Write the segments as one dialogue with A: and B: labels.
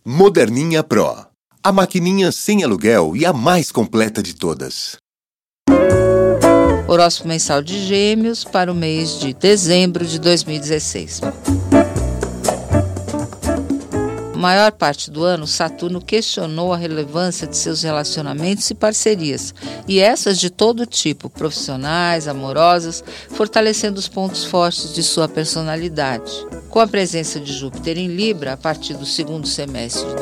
A: Moderninha Pro. A maquininha sem aluguel e a mais completa de todas.
B: Horóscopo mensal de Gêmeos para o mês de dezembro de 2016. Maior parte do ano, Saturno questionou a relevância de seus relacionamentos e parcerias, e essas de todo tipo, profissionais, amorosas, fortalecendo os pontos fortes de sua personalidade. Com a presença de Júpiter em Libra, a partir do segundo semestre de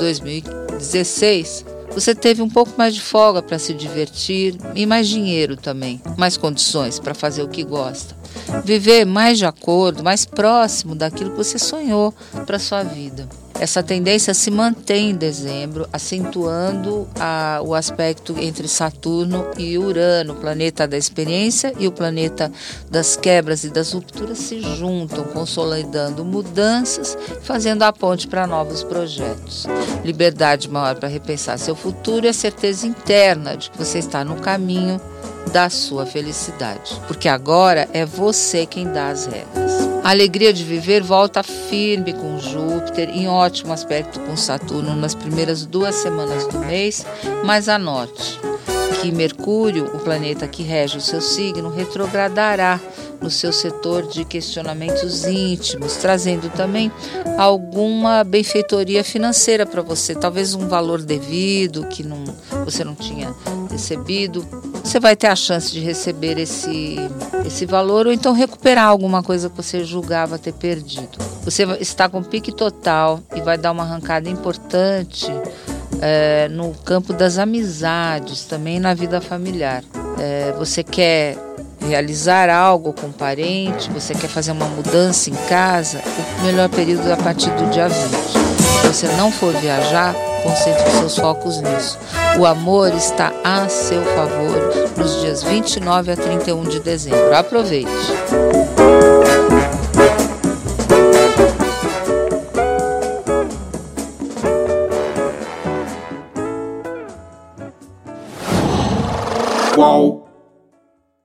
B: 2016, você teve um pouco mais de folga para se divertir e mais dinheiro também, mais condições para fazer o que gosta. Viver mais de acordo, mais próximo daquilo que você sonhou para sua vida. Essa tendência se mantém em dezembro, acentuando o aspecto entre Saturno e Urano, o planeta da experiência e o planeta das quebras e das rupturas se juntam, consolidando mudanças, fazendo a ponte para novos projetos. Liberdade maior para repensar seu futuro e a certeza interna de que você está no caminho da sua felicidade, porque agora é você quem dá as regras. A alegria de viver volta firme com Júpiter, em ótimo aspecto com Saturno nas primeiras 2 semanas do mês, mas anote que Mercúrio, o planeta que rege o seu signo, retrogradará no seu setor de questionamentos íntimos, trazendo também alguma benfeitoria financeira para você, talvez um valor devido que você não tinha recebido. Você vai ter a chance de receber esse valor ou então recuperar alguma coisa que você julgava ter perdido. Você está com pique total e vai dar uma arrancada importante no campo das amizades, também na vida familiar. Você quer realizar algo com um parente, você quer fazer uma mudança em casa, o melhor período é a partir do dia 20. Se você não for viajar, concentre seus focos nisso. O amor está a seu favor nos dias 29 a 31 de dezembro. Aproveite!
A: Qual?